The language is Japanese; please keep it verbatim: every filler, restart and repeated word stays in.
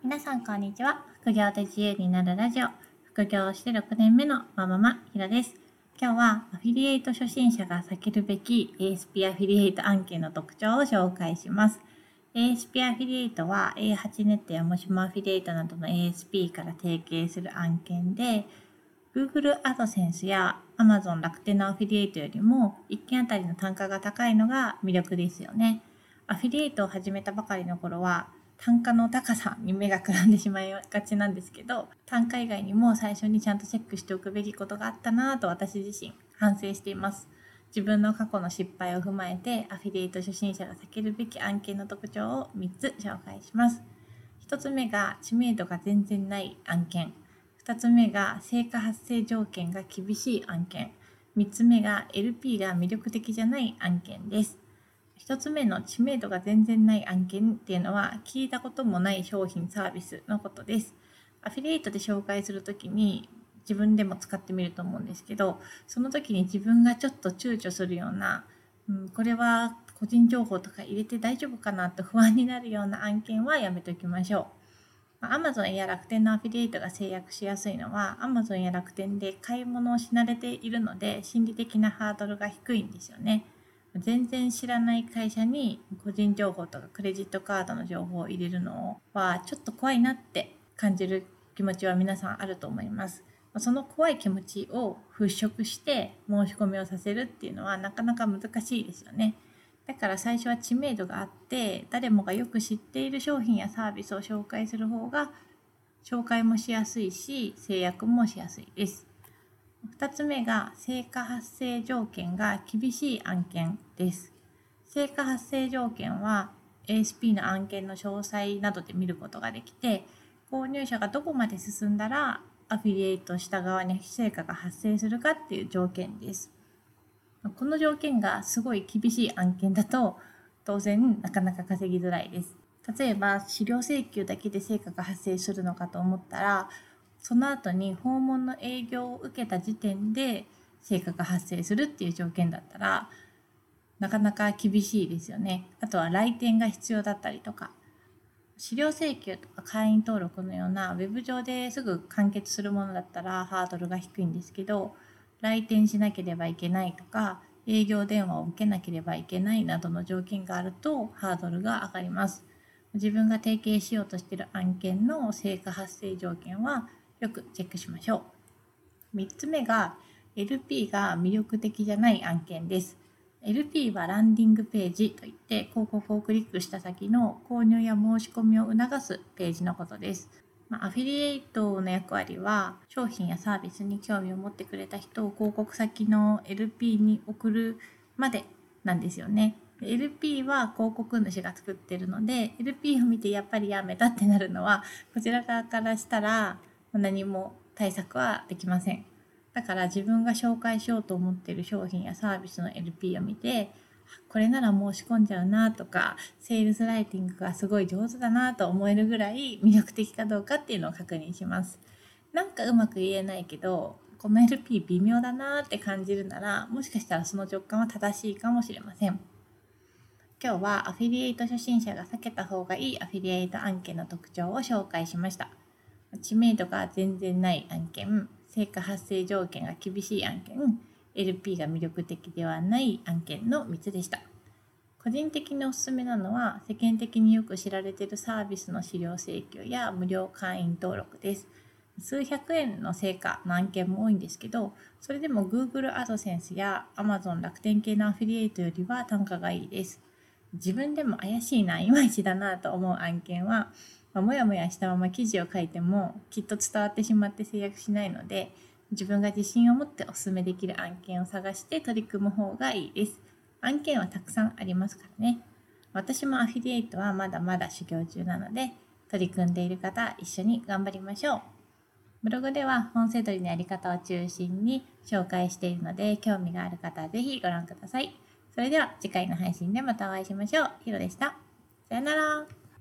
皆さんこんにちは。副業で自由になるラジオ、副業をしてろくねんめのマママひろです。今日はアフィリエイト初心者が避けるべき エーエスピー アフィリエイト案件の特徴を紹介します。 エーエスピー アフィリエイトは エーエイチ ネットやもしもアフィリエイトなどの エーエスピー から提携する案件で、 Google AdSense や Amazon 楽天のアフィリエイトよりもいっけんあたりの単価が高いのが魅力ですよね。アフィリエイトを始めたばかりの頃は単価の高さに目がくらんでしまいがちなんですけど、単価以外にも最初にちゃんとチェックしておくべきことがあったなぁと私自身反省しています。自分の過去の失敗を踏まえてアフィリエイト初心者が避けるべき案件の特徴をみっつ紹介します。ひとつめが知名度が全然ない案件。ふたつめが成果発生条件が厳しい案件。みっつめが エルピー が魅力的じゃない案件です。ひとつめの知名度が全然ない案件っていうのは聞いたこともない商品サービスのことです。アフィリエイトで紹介するときに自分でも使ってみると思うんですけど、その時に自分がちょっと躊躇するような、うん、これは個人情報とか入れて大丈夫かなと不安になるような案件はやめておきましょう。Amazon や楽天のアフィリエイトが制約しやすいのは Amazon や楽天で買い物をし慣れているので心理的なハードルが低いんですよね。全然知らない会社に個人情報とかクレジットカードの情報を入れるのはちょっと怖いなって感じる気持ちは皆さんあると思います。その怖い気持ちを払拭して申し込みをさせるっていうのはなかなか難しいですよね。だから最初は知名度があって誰もがよく知っている商品やサービスを紹介する方が紹介もしやすいし制約もしやすいです。ふたつめが成果発生条件が厳しい案件です。成果発生条件は エーエスピー の案件の詳細などで見ることができて、購入者がどこまで進んだらアフィリエイトした側に成果が発生するかっていう条件です。この条件がすごい厳しい案件だと当然なかなか稼ぎづらいです。例えば資料請求だけで成果が発生するのかと思ったら、その後に訪問の営業を受けた時点で成果が発生するっていう条件だったらなかなか厳しいですよね。あとは来店が必要だったりとか、資料請求とか会員登録のようなウェブ上ですぐ完結するものだったらハードルが低いんですけど、来店しなければいけないとか営業電話を受けなければいけないなどの条件があるとハードルが上がります。自分が提携しようとしている案件の成果発生条件はよくチェックしましょう。みっつめが エルピー が魅力的じゃない案件です。エルピー はランディングページといって広告をクリックした先の購入や申し込みを促すページのことです。まあ、アフィリエイトの役割は商品やサービスに興味を持ってくれた人を広告先の エルピー に送るまでなんですよね。エルピー は広告主が作ってるので エルピー を見てやっぱりやめたってなるのはこちら側からしたら何も対策はできません。だから自分が紹介しようと思っている商品やサービスの エルピー を見てこれなら申し込んじゃうなとかセールスライティングがすごい上手だなと思えるぐらい魅力的かどうかっていうのを確認します。なんかうまく言えないけどこの エルピー 微妙だなって感じるならもしかしたらその直感は正しいかもしれません。今日はアフィリエイト初心者が避けた方がいいアフィリエイト案件の特徴を紹介しました。知名度が全然ない案件、成果発生条件が厳しい案件、エルピー が魅力的ではない案件のみっつでした。個人的におすすめなのは世間的によく知られているサービスの資料請求や無料会員登録です。数百円の成果の案件も多いんですけど、それでも Google AdSense や Amazon 楽天系のアフィリエイトよりは単価がいいです。自分でも怪しいな、いまいちだなと思う案件はもやもやしたまま記事を書いてもきっと伝わってしまって制約しないので、自分が自信を持ってお勧めできる案件を探して取り組む方がいいです。案件はたくさんありますからね。私もアフィリエイトはまだまだ修行中なので、取り組んでいる方一緒に頑張りましょう。ブログでは本セドリのやり方を中心に紹介しているので、興味がある方はぜひご覧ください。それでは次回の配信でまたお会いしましょう。ひろでした。さよなら。